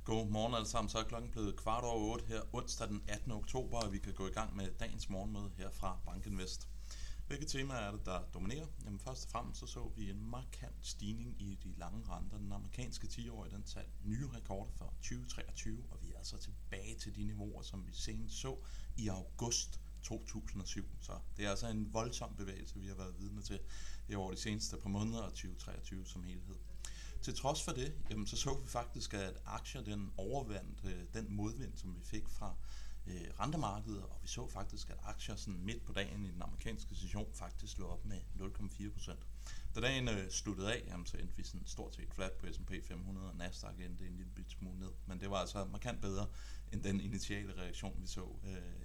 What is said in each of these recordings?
God morgen alle sammen. Så er klokken blevet 7:15 her onsdag den 18. oktober, og vi kan gå i gang med dagens morgenmøde her fra Bankinvest. Hvilke temaer er det, der dominerer? Jamen først og fremmest så vi en markant stigning i de lange renter. Den amerikanske 10-årige, den satte nye rekorder for 2023, og vi er altså tilbage til de niveauer, som vi senest så i august 2007. Så det er altså en voldsom bevægelse, vi har været vidne til over de seneste par måneder af 2023 som helhed. Til trods for det, jamen, så vi faktisk, at aktier den overvandt den modvind, som vi fik fra rentemarkedet, og vi så faktisk, at aktier sådan midt på dagen i den amerikanske session faktisk lå op med 0,4%. Da dagen sluttede af, jamen, så endte vi sådan stort set flat på S&P 500, og Nasdaq endte en lille bit smule ned, men det var altså markant bedre end den initiale reaktion, vi så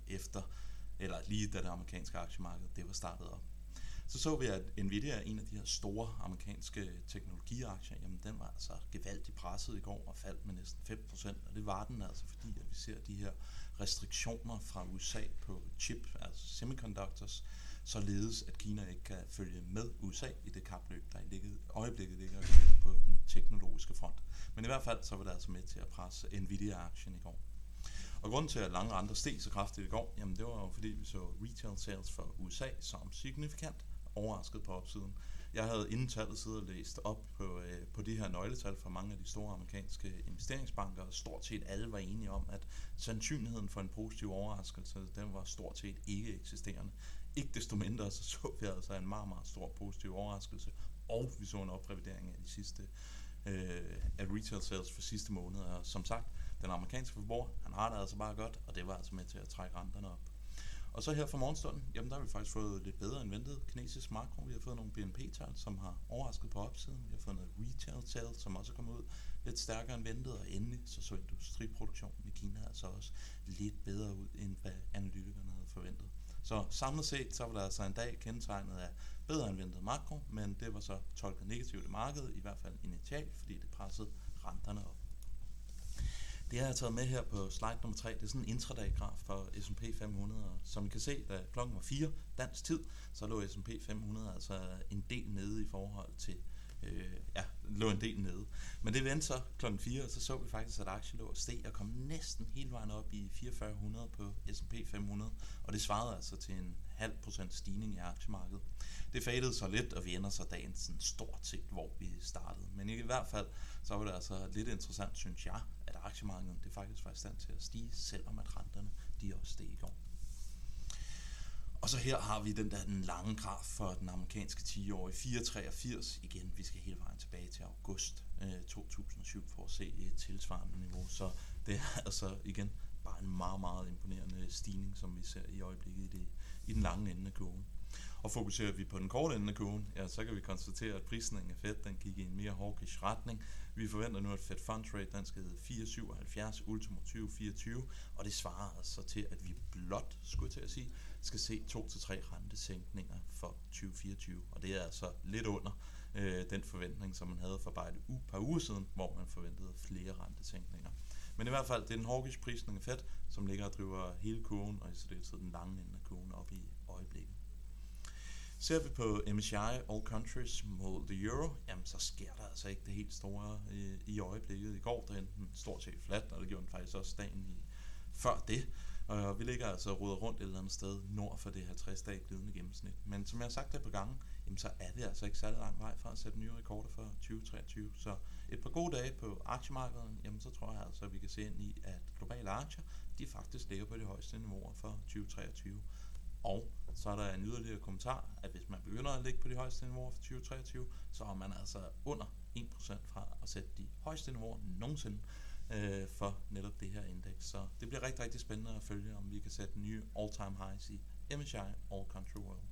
lige da det amerikanske aktiemarked det var startet op. Så vi, at Nvidia, en af de her store amerikanske teknologiaktier, jamen den var altså gevaldigt presset i går og faldt med næsten 5%, og det var den altså, fordi at vi ser de her restriktioner fra USA på chip, altså semiconductors, således at Kina ikke kan følge med USA i det kapløb, der i øjeblikket ligger på den teknologiske front. Men i hvert fald så var det altså med til at presse Nvidia-aktien i går. Og grunden til, at lange renter steg så kraftigt i går, jamen det var jo fordi, vi så retail sales for USA som signifikant overrasket på opsiden. Jeg havde inden tallet siddet og læst op på de her nøgletal fra mange af de store amerikanske investeringsbanker, og stort set alle var enige om, at sandsynligheden for en positiv overraskelse, den var stort set ikke eksisterende. Ikke desto mindre så vi altså en meget, meget stor positiv overraskelse, og vi så en oprevidering af de sidste af retail sales for sidste måned. Og som sagt, den amerikanske forbruger, han har det altså bare godt, og det var altså med til at trække renterne op. Og så her fra morgenstunden, jamen der har vi faktisk fået lidt bedre end ventet kinesisk makro. Vi har fået nogle BNP-tal, som har overrasket på opsiden. Vi har fået noget retail sales, som også er kommet ud lidt stærkere end ventet. Og endelig så industriproduktionen i Kina altså også lidt bedre ud, end hvad analytikerne havde forventet. Så samlet set, så var der altså en dag kendetegnet af bedre end ventet makro, men det var så tolket negativt i markedet, i hvert fald initialt, fordi det pressede renterne op. Det har jeg taget med her på slide nummer 3. Det er sådan en intradag-graf for S&P 500. Og som I kan se, da klokken var 4 dansk tid, så lå S&P 500 altså en del nede i forhold til lå en del nede. Men det vendte så klokken 4, og så vi faktisk, at aktien lå og steg og kom næsten hele vejen op i 4400 på S&P 500, og det svarede altså til en 0,5% stigning i aktiemarkedet. Det fadede så lidt, og vi ender så dagen sådan stort set, hvor vi startede. Men i hvert fald, så var det altså lidt interessant, synes jeg, at aktiemarkedet det faktisk var i stand til at stige, selvom at renterne de også steg i går. Og så her har vi den lange graf for den amerikanske 10-årige 4,83. Igen, vi skal hele vejen tilbage til august 2007 for at se et tilsvarende niveau. Så det er altså igen bare en meget, meget imponerende stigning, som vi ser i øjeblikket i den lange ende af kurven. Og fokuserer vi på den korte ende af kurven, ja, så kan vi konstatere, at prisningen af Fed den gik i en mere hawkish retning. Vi forventer nu, at Fed Funds Rate den skal hedde 4,77 ultimo 2024, og det svarer altså til, at vi blot, skal se 2-3 rentesænkninger for 2024. Og det er altså lidt under den forventning, som man havde for bare et par uger siden, hvor man forventede flere rentesænkninger. Men i hvert fald, det er den hawkish prisning af Fed, som ligger og driver hele kurven, og i særdeleshed den lange ende af kurven op i øjeblikket. Ser vi på MSCI All Countries mod the Euro, jamen så sker der altså ikke det helt store i øjeblikket. I går der endte den stort set flat, og det gjorde den faktisk også dagen før det. Og vi ligger altså og ruder rundt et eller andet sted nord for det 50-dage glidende gennemsnit. Men som jeg har sagt det på gange, jamen så er det altså ikke særlig lang vej fra at sætte nye rekorder for 2023. Så et par gode dage på aktiemarkedet, jamen så tror jeg altså, at vi kan se ind i, at globale aktier, de faktisk ligger på de højeste niveauer for 2023. Og så er der en yderligere kommentar, at hvis man begynder at ligge på de højeste niveauer for 2023, så er man altså under 1% fra at sætte de højeste niveauer nogensinde for netop det her indeks. Så det bliver rigtig, rigtig spændende at følge, om vi kan sætte nye all-time highs i MSCI All Country World.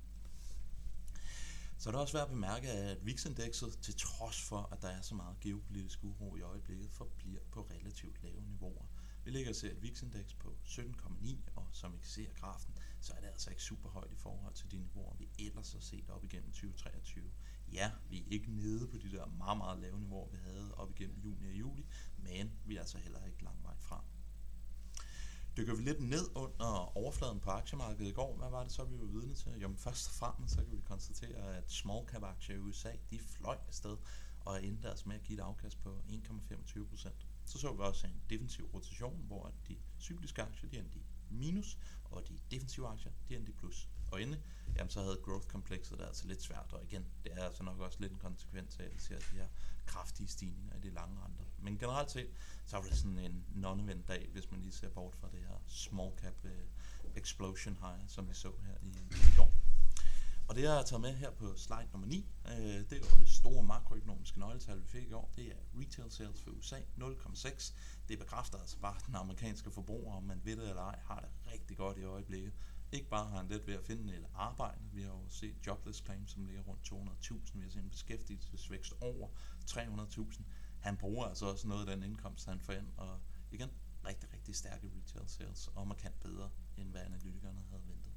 Så er det også værd at bemærke, at VIX-indekset, til trods for, at der er så meget geopolitisk uro i øjeblikket, forbliver på relativt lave niveauer. Vi ligger og ser et VIX-indeks på 17,9, og som I kan se af grafen, så er det altså ikke super højt i forhold til de niveauer, vi ellers har set op igennem 2023. Ja, vi er ikke nede på de der meget, meget lave niveauer, vi havde op igennem juni og juli, men vi er altså heller ikke lang vej fra. Dykker vi lidt ned under overfladen på aktiemarkedet i går, hvad var det så, vi var vidne til? Jo, men først og fremmest så kan vi konstatere, at small cap aktier i USA, de fløj afsted og endte altså med at give et afkast på 1,25%. så vi også en defensiv rotation, hvor de cykliske aktier de endte i minus, og de defensive aktier de endte i plus. Og endelig, så havde growth-komplekset der altså lidt svært, og igen, det er altså nok også lidt en konsekvens af, at vi ser de her kraftige stigninger i de lange renter. Men generelt set, så var det sådan en non-event dag, hvis man lige ser bort fra det her small cap explosion high, som vi så her i går. Og det jeg har taget med her på slide nummer 9, det er jo det store makroøkonomiske nøgletal, vi fik i går. Det er retail sales for USA, 0,6. Det bekræfter altså bare, at den amerikanske forbruger, om man ved det eller ej, har det rigtig godt i øjeblikket. Ikke bare har han let ved at finde et arbejde. Vi har jo set jobless claims, som ligger rundt 200.000. Vi har set en beskæftigelsesvækst over 300.000. Han bruger altså også noget af den indkomst, han får ind. Og igen, rigtig, rigtig stærke retail sales, og markant bedre, end hvad analytikerne havde ventet.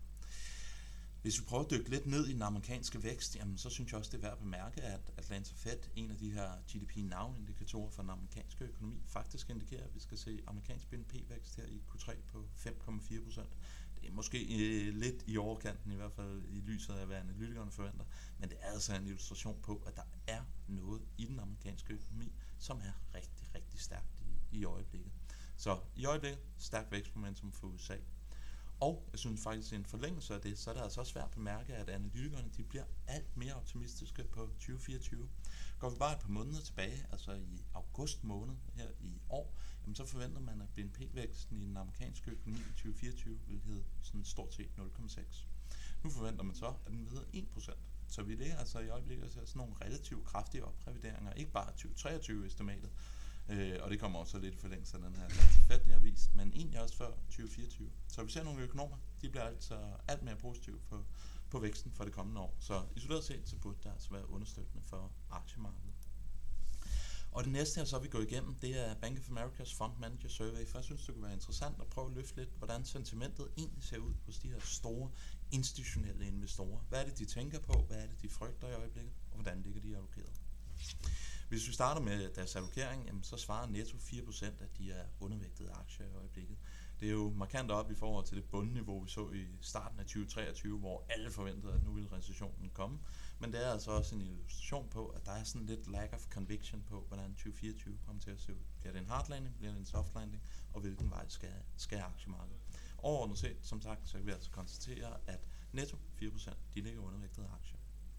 Hvis vi prøver at dykke lidt ned i den amerikanske vækst, jamen, så synes jeg også, det er værd at bemærke, at Atlanta Fed, en af de her GDP Now-indikatorer for den amerikanske økonomi, faktisk indikerer, at vi skal se amerikansk BNP-vækst her i Q3 på 5,4%. Det er måske lidt i overkanten, i hvert fald i lyset af, hvad analytikerne forventer, men det er altså en illustration på, at der er noget i den amerikanske økonomi, som er rigtig, rigtig stærkt i øjeblikket. Så i øjeblikket, stærk vækstmomentum for USA. Og jeg synes faktisk, at i en forlængelse af det, så er det altså også svært at bemærke, at analytikerne de bliver alt mere optimistiske på 2024. Går vi bare et par måneder tilbage, altså i august måned her i år, jamen så forventer man, at BNP-væksten i den amerikanske økonomi i 2024 vil hedde sådan stort set 0,6. Nu forventer man så, at den vil hedde 1%. Så vi ligger altså i øjeblikket og ser sådan nogle relativt kraftige oprevideringer, ikke bare 2023-estimatet, og det kommer også lidt i forlængelse af den her Fed, jeg har vist, men egentlig også før 2024. Så vi ser nogle økonomer, de bliver altså alt mere positive på væksten for det kommende år. Så isoleret set, så burde det altså være understøttende for aktiemarkedet. Og det næste her, så vi går igennem, det er Bank of America's Fund Manager Survey. For jeg synes, det kunne være interessant at prøve at løfte lidt, hvordan sentimentet egentlig ser ud hos de her store institutionelle investorer. Hvad er det, de tænker på? Hvad er det, de frygter i øjeblikket? Og hvordan ligger de allokeret? Hvis vi starter med deres allokering, jamen, så svarer Netto 4%, at de er undervægtede aktier i øjeblikket. Det er jo markant op i forhold til det bundniveau, vi så i starten af 2023, hvor alle forventede, at nu ville recessionen komme. Men det er altså også en illustration på, at der er sådan lidt lack of conviction på, hvordan 2024 kommer til at se ud. Bliver det en hard landing, bliver det en soft landing, og hvilken vej skal aktiemarkedet? Overordnet set, som sagt, så kan vi altså konstatere, at Netto 4%, de ligger undervægtede aktier.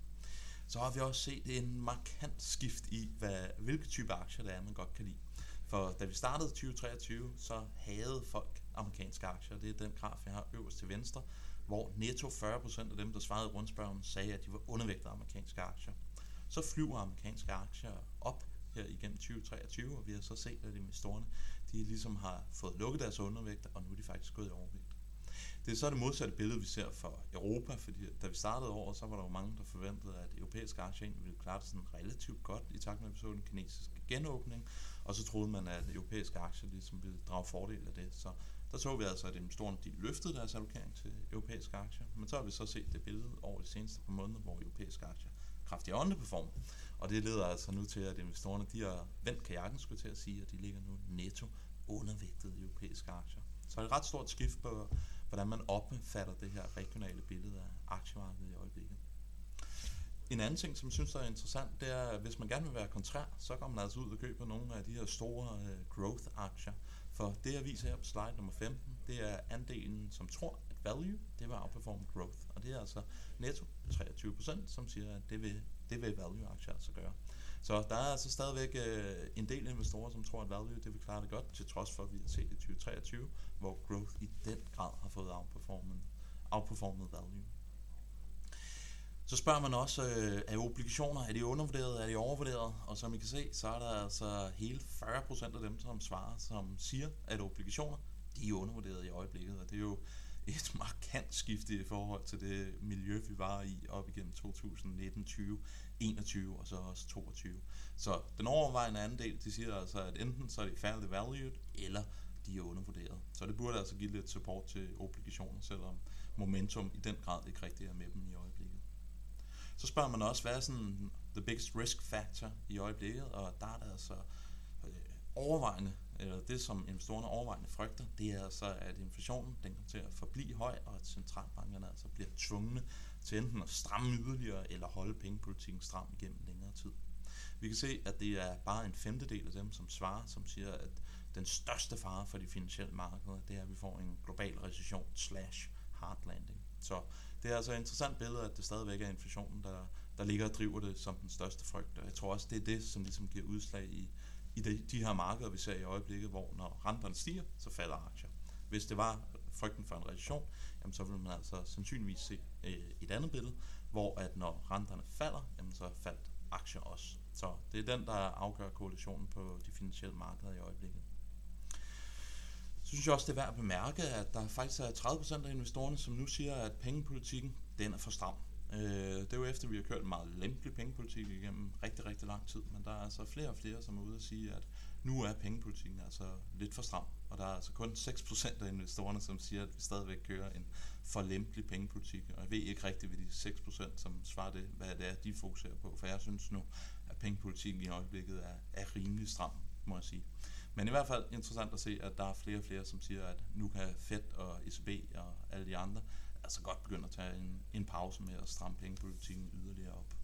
Så har vi også set en markant skift i, hvilke type aktier det er, man godt kan lide. For da vi startede 2023, så havde folk amerikanske aktier. Det er den graf, jeg har øverst til venstre, hvor netto 40% af dem, der svarede i rundspørgen, sagde, at de var undervægtede amerikanske aktier. Så flyver amerikanske aktier op her igennem 2023, og vi har så set, at investorerne de ligesom har fået lukket deres undervægt, og nu er de faktisk gået i overvægt. Det er så det modsatte billede, vi ser for Europa, fordi da vi startede året, så var der jo mange, der forventede, at europæiske aktier ville klare det sådan relativt godt, i takt med, at vi så den kinesiske genåbning, og så troede man, at europæiske aktier ligesom ville drage fordel af det. Så der så vi altså, at investorerne de løftede deres allokering til europæiske aktier, men så har vi så set det billede over de seneste par måneder, hvor europæiske aktier kraftigt underperformer. Og det leder altså nu til, at investorerne de har vendt kajakken, skulle til at sige, at de ligger nu netto undervægtede europæiske aktier. Så er det et ret stort skift på, hvordan man opfatter det her regionale billede af aktiemarkedet i øjeblikket. En anden ting, som jeg synes er interessant, det er, at hvis man gerne vil være kontrær, så går man altså ud og køber nogle af de her store growth-aktier. For det, jeg viser her på slide nummer 15, det er andelen, som tror, at value, det vil outperforme growth. Og det er altså netto 23%, som siger, at det vil value-aktier altså gøre. Så der er altså stadigvæk en del investorer, som tror, at value det vil klare det godt, til trods for, at vi har set i 2023, hvor growth i den grad har fået outperformet value. Så spørger man også, er obligationer, er de undervurderet, er de overvurderet? Og som I kan se, så er der altså hele 40% af dem, som svarer, som siger, at obligationer, de er undervurderet i øjeblikket. Og det er jo et markant skifte i forhold til det miljø, vi var i op igennem 2019, 20, 21 og så også 22. Så den overvejende andel, de siger altså, at enten så er de fairly valued, eller de er undervurderet. Så det burde altså give lidt support til obligationer, selvom momentum i den grad ikke rigtig er med dem i øjeblikket. Så spørger man også, hvad er sådan the biggest risk factor i øjeblikket, og der er der altså overvejende, eller det som investorerne overvejende frygter, det er altså, at inflationen den kommer til at forblive høj, og at centralbankerne altså bliver tvungne til enten at stramme yderligere, eller holde pengepolitikken stram igennem længere tid. Vi kan se, at det er bare en femtedel af dem, som svarer, som siger, at den største fare for de finansielle markeder, det er, at vi får en global recession / hard landing. Så det er altså et interessant billede, at det stadigvæk er inflationen, der ligger og driver det som den største frygt. Og jeg tror også, det er det, som ligesom giver udslag i de her markeder, vi ser i øjeblikket, hvor når renterne stiger, så falder aktier. Hvis det var frygten for en recession, jamen så vil man altså sandsynligvis se et andet billede, hvor at når renterne falder, jamen så faldt aktier også. Så det er den, der afgør korrelationen på de finansielle markeder i øjeblikket. Så synes jeg også, det er værd at bemærke, at der faktisk er 30% af investorerne, som nu siger, at pengepolitikken, den er for stram. Det er jo efter, vi har kørt en meget lempelig pengepolitik igennem rigtig, rigtig lang tid, men der er altså flere og flere, som er ude og sige, at nu er pengepolitikken altså lidt for stram, og der er altså kun 6% af investorerne, som siger, at vi stadigvæk kører en for lempelig pengepolitik, og jeg ved ikke rigtigt, hvad de 6%, som svarer det, hvad det er, de fokuserer på, for jeg synes nu, at pengepolitikken i øjeblikket er rimelig stram, må jeg sige. Men i hvert fald interessant at se, at der er flere og flere, som siger, at nu kan Fed og ECB og alle de andre altså godt begynde at tage en pause med at stramme pengepolitikken yderligere op.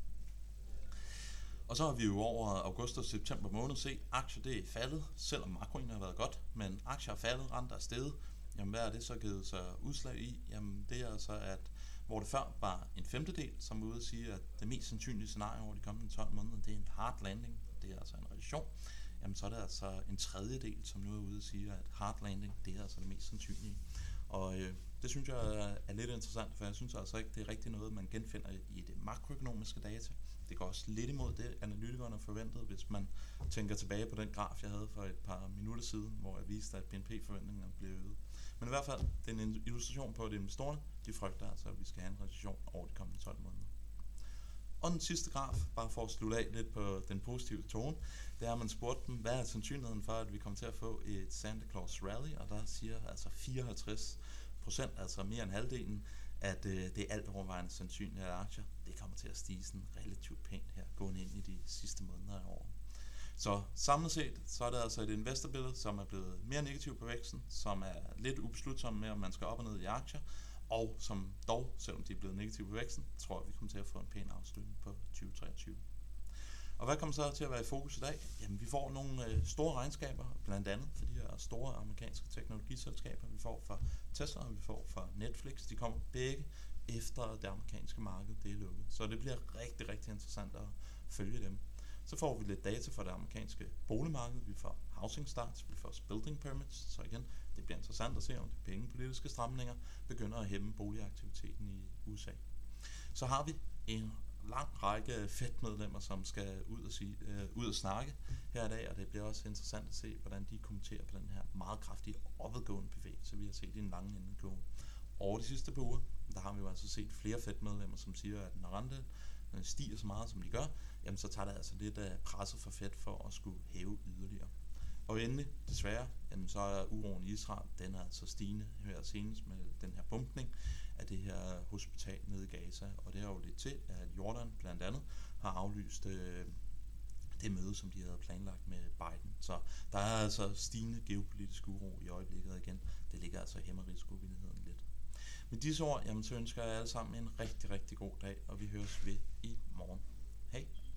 Og så har vi jo over august og september måned set, aktier det er faldet, selvom makroen har været godt, men aktier er faldet, renter er steget. Jamen hvad er det så givet sig udslag i? Jamen det er altså, at hvor det før var en femtedel, som var ude at sige, at det mest sandsynlige scenarie over de kommende 12 måneder, det er en hard landing, det er altså en recession. Jamen så er det altså en tredjedel, som nu er ude at sige, at hard landing, det er altså det mest sandsynlige. Og det synes jeg er lidt interessant, for jeg synes altså ikke, det er rigtig noget, man genfinder i det makroøkonomiske data. Det går også lidt imod det, analytikerne forventede, hvis man tænker tilbage på den graf, jeg havde for et par minutter siden, hvor jeg viste, at BNP-forventningerne blev øget. Men i hvert fald, det er en illustration på, at investorerne, de frygter altså, at vi skal have en recession over de kommende 12 måneder. Og den sidste graf, bare for at slutte af lidt på den positive tone, det er, at man spurgte dem, hvad er sandsynligheden for, at vi kommer til at få et Santa Claus Rally, og der siger altså 54%, altså mere end halvdelen, at det er alt overvejende sandsynligt, at aktier det kommer til at stige sådan relativt pænt her, gående ind i de sidste måneder af året. Så samlet set, så er det altså et investorbillede, som er blevet mere negativ på væksten, som er lidt ubeslutsom med, om man skal op og ned i aktier, og som dog, selvom de er blevet negative på væksten, tror jeg, vi kommer til at få en pæn afslutning på 2023. Og hvad kommer så til at være i fokus i dag? Jamen, vi får nogle store regnskaber, blandt andet for de her store amerikanske teknologiselskaber. Vi får fra Tesla, og vi får fra Netflix. De kommer begge efter det amerikanske marked, det er lukket. Så det bliver rigtig, rigtig interessant at følge dem. Så får vi lidt data fra det amerikanske boligmarked. Vi får housing starts, vi får building permits. Så igen, det bliver interessant at se, om de pengepolitiske stramninger begynder at hæmme boligaktiviteten i USA. Så har vi en lang række Fed-medlemmer, som skal ud og snakke her i dag, og det bliver også interessant at se, hvordan de kommenterer på den her meget kraftige opadgående bevægelse, vi har set i en lang indgående. Over de sidste par uger, der har vi jo altså set flere Fed-medlemmer, som siger, at når renten stiger så meget, som de gør, jamen så tager det altså lidt af presset for Fed for at skulle hæve yderligere. Og endelig, desværre, jamen så er uroen i Israel, den er altså stigende her senest med den her bumpning af det her hospital nede i Gaza, og det har jo lidt til, at Jordan blandt andet har aflyst det møde, som de havde planlagt med Biden. Så der er altså stigende geopolitisk uro i øjeblikket igen. Det ligger altså og hæmmer risikovilligheden lidt. Med disse ord, jamen så ønsker jeg alle sammen en rigtig, rigtig god dag, og vi høres ved i morgen. Hej!